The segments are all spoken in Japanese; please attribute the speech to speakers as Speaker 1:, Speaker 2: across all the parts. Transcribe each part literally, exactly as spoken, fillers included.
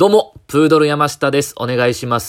Speaker 1: どうも、プードル山下です。お願いします。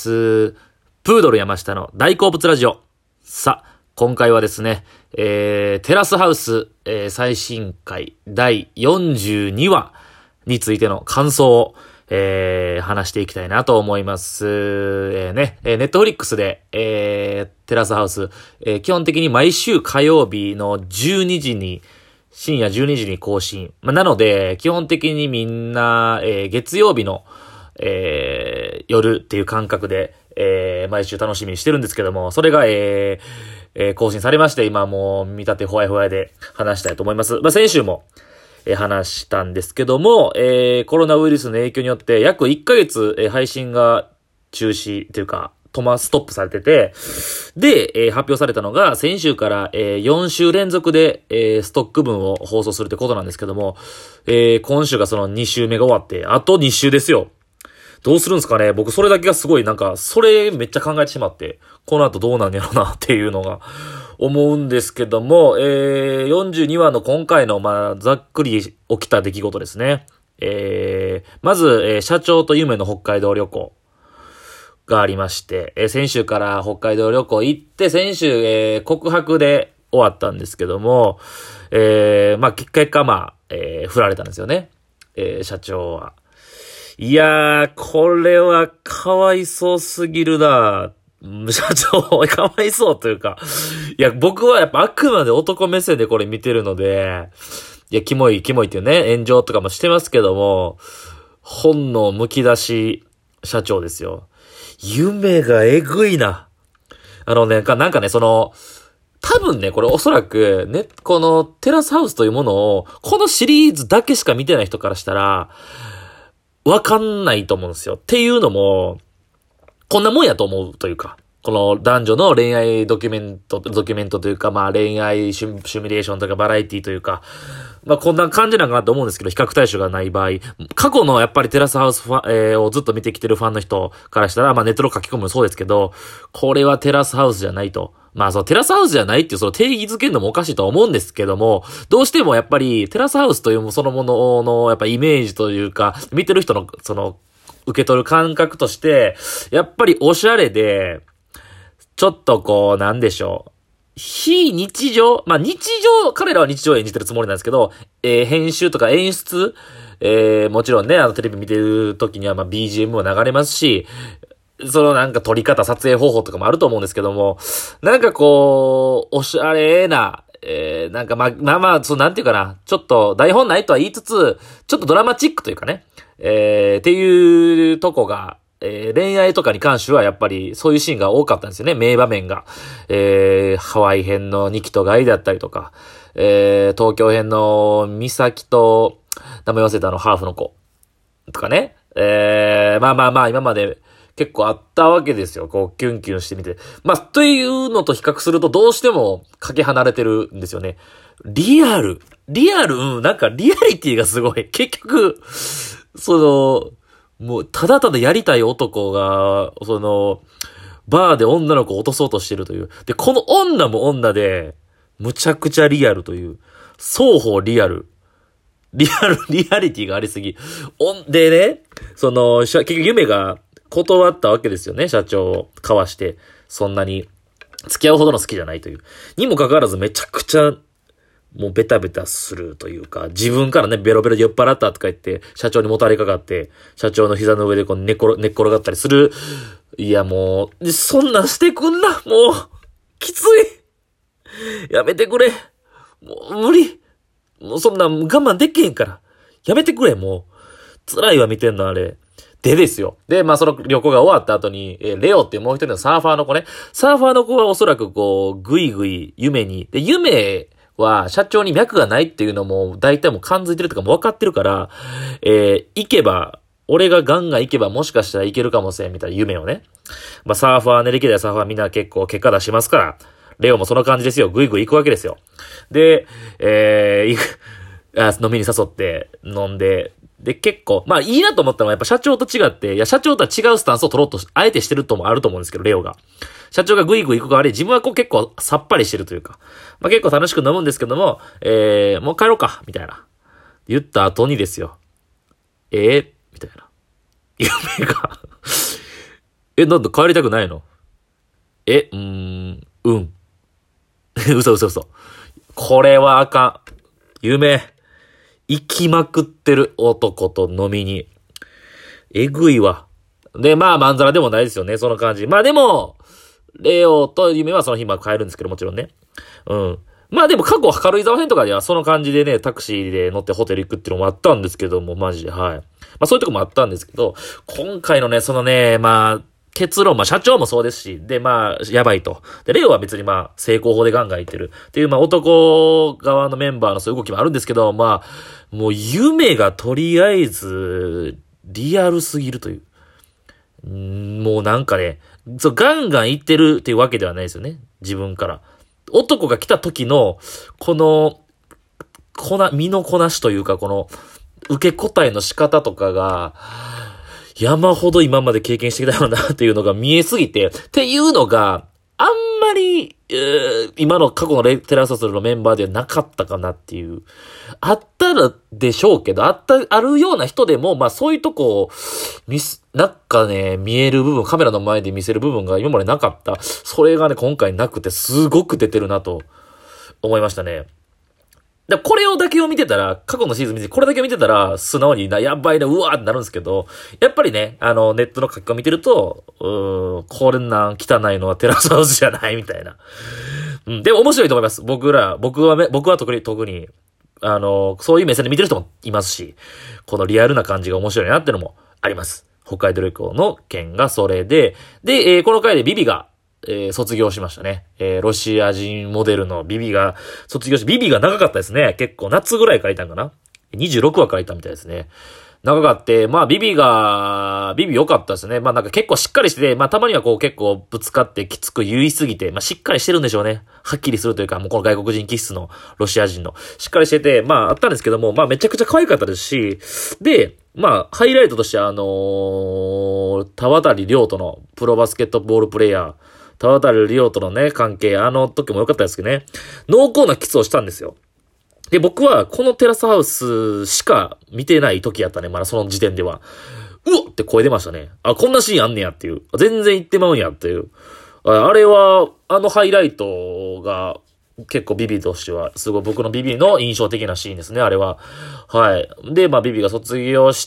Speaker 1: プードル山下の大好物ラジオ。さあ、今回はですね、えー、テラスハウス、えー、最新回だいよんじゅうにわについての感想を、えー、話していきたいなと思います。えー、ね、えー、ネットフリックスで、えー、テラスハウス、えー、基本的に毎週火曜日のじゅうにじに、深夜じゅうにじに更新。まあ、なので、基本的にみんな、えー、月曜日の、えー、夜っていう感覚で、えー、毎週楽しみにしてるんですけども、それが、えーえー、更新されまして、今もう見立てほやほやで話したいと思います。まあ、先週も、えー、話したんですけども、えー、コロナウイルスの影響によって約いっかげつ、えー、配信が中止というか、トマストップされてて、で、えー、発表されたのが先週から、えー、よんしゅう連続で、えー、ストック分を放送するってことなんですけども、えー、今週がそのに週目が終わって、あとに週ですよ。どうするんですかね。僕それだけがすごいなんか、それめっちゃ考えてしまって、この後どうなんやろなっていうのが思うんですけども、えー、よんじゅうにわの今回のまあ、ざっくり起きた出来事ですね。えー、まず、えー、社長と夢の北海道旅行がありまして、えー、先週から北海道旅行行って、先週、えー、告白で終わったんですけども、えー、まあ、結果まあ、えー、振られたんですよね。えー、社長は。いやー、これはかわいそうすぎるな。社長、かわいそうというか。いや、僕はやっぱあくまで男目線でこれ見てるので、いや、キモい、キモいっていうね、炎上とかもしてますけども、本能むき出し社長ですよ。夢がえぐいな。あのね、なんかね、その、多分ね、これおそらく、ね、このテラスハウスというものを、このシリーズだけしか見てない人からしたら、わかんないと思うんですよ。っていうのも、こんなもんやと思うというか、この男女の恋愛ドキュメント、ドキュメントというか、まあ恋愛シュ、シミュレーションというかバラエティというか、まあこんな感じなんかなと思うんですけど、比較対象がない場合、過去のやっぱりテラスハウスファン、えー、をずっと見てきてるファンの人からしたら、まあネットの書き込みもそうですけど、これはテラスハウスじゃないと。まあそのテラスハウスじゃないっていうその定義づけるのもおかしいとは思うんですけども、どうしてもやっぱりテラスハウスというそのもののやっぱイメージというか、見てる人のその受け取る感覚として、やっぱりおしゃれで、ちょっとこうなんでしょう。非日常まあ日常、彼らは日常を演じてるつもりなんですけど、えー、編集とか演出、えー、もちろんね、あのテレビ見てる時にはまあ ビージーエム も流れますし、そのなんか撮り方、撮影方法とかもあると思うんですけども、なんかこう、おしゃれな、えー、なんかま、まあまあ、そうなんていうかな、ちょっと台本ないとは言いつつ、ちょっとドラマチックというかね、えー、っていうとこが、えー、恋愛とかに関してはやっぱりそういうシーンが多かったんですよね、名場面が。えー、ハワイ編のニキとガイだったりとか、えー、東京編のミサキと、名前忘れたあのハーフの子とかね、えー、まあまあまあ今まで、結構あったわけですよ。こう、キュンキュンしてみて。まあ、というのと比較するとどうしてもかけ離れてるんですよね。リアル。リアル、うん、なんかリアリティがすごい。結局、その、もう、ただただやりたい男が、その、バーで女の子を落とそうとしてるという。で、この女も女で、むちゃくちゃリアルという。双方リアル。リアル、リアリティがありすぎ。おん、でね、その、結局夢が、断ったわけですよね、社長を交わして。そんなに付き合うほどの好きじゃないという。にもかかわらずめちゃくちゃもうベタベタするというか、自分からね、ベロベロで酔っ払ったとか言って、社長にもたれかかって、社長の膝の上でこう寝転、寝っ転がったりする。いやもう、そんなんしてくんな、もう、きつい。やめてくれ。もう無理。もうそんな我慢できへんから。やめてくれ、もう。辛いわ見てんのあれ。でですよ。で、まあその旅行が終わった後に、えー、レオっていうもう一人のサーファーの子ね。サーファーの子はおそらくこう、ぐいぐい夢に。で、夢は社長に脈がないっていうのも大体もう感づいてるとかも分かってるから、えー、行けば、俺がガンガン行けばもしかしたらいけるかもしれんみたいな夢をね。まあサーファーね、歴代サーファーみんな結構結果出しますから、レオもその感じですよ。ぐいぐい行くわけですよ。で、えー、行く、あ飲みに誘って飲んで、で、結構、まあいいなと思ったのはやっぱ社長と違って、いや社長とは違うスタンスを取ろうと、あえてしてるともあると思うんですけど、レオが。社長がグイグイ行くから、自分はこう結構さっぱりしてるというか、まあ結構楽しく飲むんですけども、えー、もう帰ろうか、みたいな。言った後にですよ。えー、みたいな。 夢がえ、なんだ帰りたくないの？え、うーん、うん。嘘嘘嘘。これはあかん。夢。行きまくってる男と飲みに。えぐいわ。で、まあ、まんざらでもないですよね、その感じ。まあでも、レオと夢はその日まあ帰るんですけど、もちろんね。うん。まあでも過去軽井沢編とかではその感じでね、タクシーで乗ってホテル行くっていうのもあったんですけども、マジで、はい。まあそういうとこもあったんですけど、今回のね、そのね、まあ、結論、まあ社長もそうですし、でまあ、やばいと。で、レオは別にまあ、成功法でガンガン言ってる。っていうまあ男側のメンバーのそういう動きもあるんですけど、まあ、もう夢がとりあえず、リアルすぎるという。んもうなんかね、そう、ガンガン言ってるっていうわけではないですよね。自分から。男が来た時の、この、こな、身のこなしというか、この、受け答えの仕方とかが、山ほど今まで経験してきたよなっていうのが見えすぎて、っていうのが、あんまり、えー、今の過去のレテラサスルのメンバーではなかったかなっていう。あったらでしょうけど、あった、あるような人でも、まあそういうとこを、見す、なんかね、見える部分、カメラの前で見せる部分が今までなかった。それがね、今回なくて、すごく出てるなと思いましたね。で、これをだけを見てたら、過去のシーズン見て、これだけを見てたら、素直にな、やばいな、うわーってなるんですけど、やっぱりね、あの、ネットの書き込み見てると、うーん、これなん汚いのはテラスハウスじゃないみたいな。うん、でも面白いと思います。僕ら、僕はめ、僕は特に、特に、あの、そういう目線で見てる人もいますし、このリアルな感じが面白いなってのもあります。北海道旅行の件がそれで、で、えー、この回でビビが、えー、卒業しましたね。えー、ロシア人モデルのビビが卒業し、ビビが長かったですね。結構夏ぐらい書いたんかな ?にじゅうろく 話書いたみたいですね。長かって、まあビビが、ビビ良かったですね。まあなんか結構しっかりしてて、まあたまにはこう結構ぶつかってきつく言いすぎて、まあしっかりしてるんでしょうね。はっきりするというか、もうこの外国人気質のロシア人の。しっかりしてて、まああったんですけども、まあめちゃくちゃ可愛かったですし、で、まあハイライトとしてあのー、田渡亮とのプロバスケットボールプレイヤー、田渡亮とのね、関係、あの時も良かったですけどね、濃厚なキスをしたんですよ。で、僕はこのテラスハウスしか見てない時やったね、まだその時点では。うわって声出ましたね。あ、こんなシーンあんねやっていう。全然言ってまうんやっていう。あれは、あのハイライトが結構ビビとしては、すごい僕のビビの印象的なシーンですね、あれは。はい。で、まあビビが卒業して、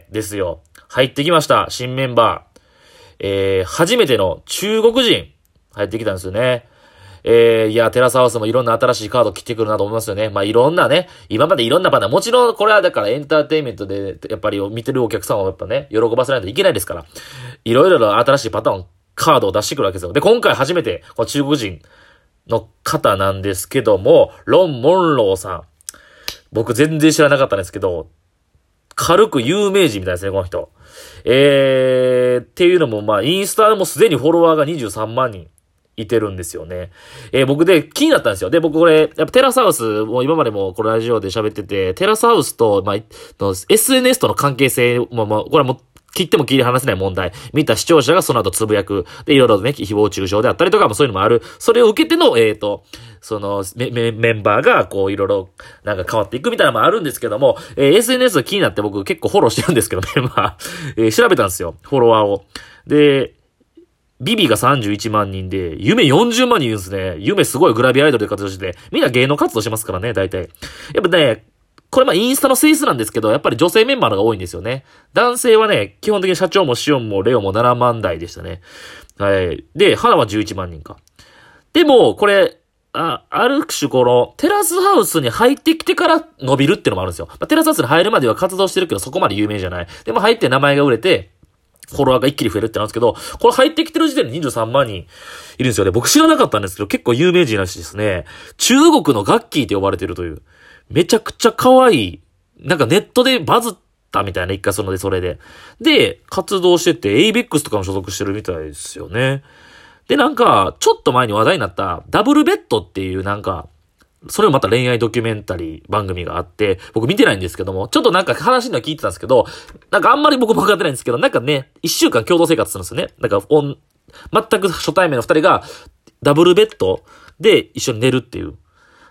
Speaker 1: ですよ。入ってきました、新メンバー。えー、初めての中国人、入ってきたんですよね。えー、いや、テラスハウスもいろんな新しいカード切ってくるなと思いますよね。まあ、いろんなね、今までいろんなパターン、もちろんこれはだからエンターテインメントで、やっぱり見てるお客さんをやっぱね、喜ばせないといけないですから、いろいろな新しいパターン、カードを出してくるわけですよ。で、今回初めて、この中国人の方なんですけども、ロン・モンローさん。僕全然知らなかったんですけど、軽く有名人みたいですね、この人。えー、っていうのも、まあ、インスタもすでにフォロワーがにじゅうさんまんにんいてるんですよね。えー、僕で気になったんですよ。で、僕これ、やっぱテラスハウス、もう今までもこのラジオで喋ってて、テラスハウスと、まあ、の エスエヌエス との関係性も、まあ、これはもう、切っても切り離せない問題。見た視聴者がその後つぶやく。で、いろいろね、誹謗中傷であったりとかもそういうのもある。それを受けての、えっと、そのメ、メ、メンバーが、こう、いろいろ、なんか変わっていくみたいなのもあるんですけども、えー、エスエヌエス が気になって僕結構フォローしてるんですけど、メンバー。えー、調べたんですよ。フォロワーを。で、ビビがさんじゅういちまんにんで、夢よんじゅうまんにんいるんですね。夢すごいグラビアアイドルで活動してて、みんな芸能活動してますからね、大体。やっぱね、これまあインスタの性質なんですけど、やっぱり女性メンバーの方が多いんですよね。男性はね、基本的に社長もシオンもレオもななまん台でしたね。はい。で、花はじゅういちまんにんか。でも、これ、あ、ある種この、テラスハウスに入ってきてから伸びるっていうのもあるんですよ。まあ、テラスハウスに入るまでは活動してるけど、そこまで有名じゃない。でも入って名前が売れて、フォロワーが一気に増えるってなんですけど、これ入ってきてる時点でにじゅうさんまんにんいるんですよね。僕知らなかったんですけど、結構有名人らしいですね。中国のガッキーって呼ばれてるという。めちゃくちゃ可愛い。なんかネットでバズったみたいな、一回そので、それで。で、活動してて、エイベックス とかも所属してるみたいですよね。で、なんか、ちょっと前に話題になった、ダブルベッドっていうなんか、それもまた恋愛ドキュメンタリー番組があって、僕見てないんですけども、ちょっとなんか話の聞いてたんですけど、なんかあんまり僕も分かってないんですけど、なんかね、一週間共同生活するんですよね。なんか、おん、全く初対面の二人が、ダブルベッドで一緒に寝るっていう。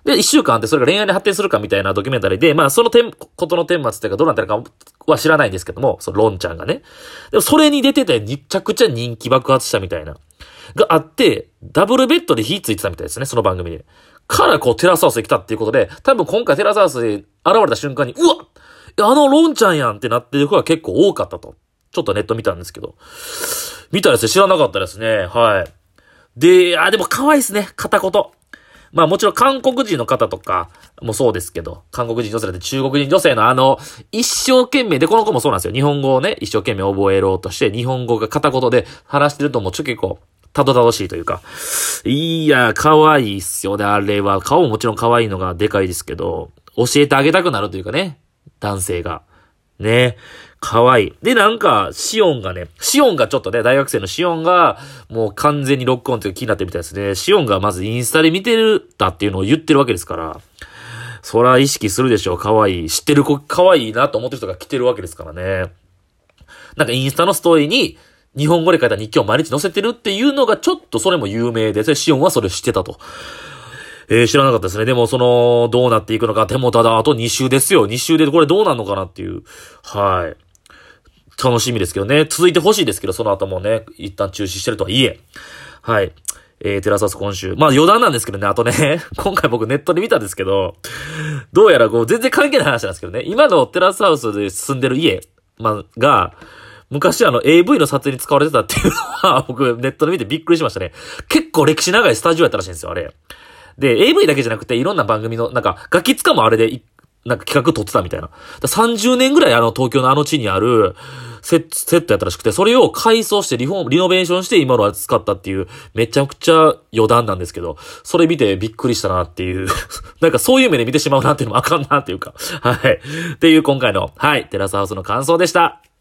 Speaker 1: で、一週間あってそれが恋愛に発展するかみたいなドキュメンタリーで、まあその点、ことの顛末っていうかどうなってるかは知らないんですけども、そのロンちゃんがね。でもそれに出ててめちゃくちゃ人気爆発したみたいな。があって、ダブルベッドで火ついてたみたいですね、その番組で。からこうテラスハウスに来たっていうことで、多分今回テラスハウスに現れた瞬間に、うわあのロンちゃんやんってなってる子が結構多かったと。ちょっとネット見たんですけど。見たですね、知らなかったですね。はい。で、あ、でも可愛いですね、片言。まあもちろん韓国人の方とかもそうですけど、韓国人女性で中国人女性のあの、一生懸命で、この子もそうなんですよ。日本語をね、一生懸命覚えろうとして、日本語が片言で話してるともうちょっと結構、たどたどしいというか。いや、可愛いっすよね、あれは。顔ももちろん可愛いのがでかいですけど、教えてあげたくなるというかね、男性が。ね。可愛い。で、なんか、シオンがね、シオンがちょっとね、大学生のシオンが、もう完全にロックオンという気になってるみたいですね。シオンがまずインスタで見てるだっていうのを言ってるわけですから、そら意識するでしょう、可愛い。知ってる子可愛いなと思ってる人が来てるわけですからね。なんかインスタのストーリーに、日本語で書いた日記を毎日載せてるっていうのがちょっとそれも有名で、シオンはそれを知ってたと。えー、知らなかったですね。でも、その、どうなっていくのか。でも、ただ、あとに週ですよ。に週でこれどうなるのかなっていう。はい。楽しみですけどね。続いてほしいですけど、その後もね、一旦中止してるとはいえ。はい。えー、テラスハウス今週。まあ余談なんですけどね、あとね、今回僕ネットで見たんですけど、どうやらこう、全然関係ない話なんですけどね、今のテラスハウスで住んでる家、まあ、が、昔あの エーブイ の撮影に使われてたっていうのは、僕ネットで見てびっくりしましたね。結構歴史長いスタジオやったらしいんですよ、あれ。で、エーブイ だけじゃなくて、いろんな番組の、なんか、ガキ使もあれで、なんか企画撮ってたみたいな。さんじゅうねんぐらいあの東京のあの地にあるセット、セットやったらしくて、それを改装してリフォーム、リノベーションして今のあれ使ったっていう、めちゃくちゃ余談なんですけど、それ見てびっくりしたなっていう、なんかそういう目で見てしまうなっていうのもあかんなっていうか、はい。っていう今回の、はい、テラスハウスの感想でした。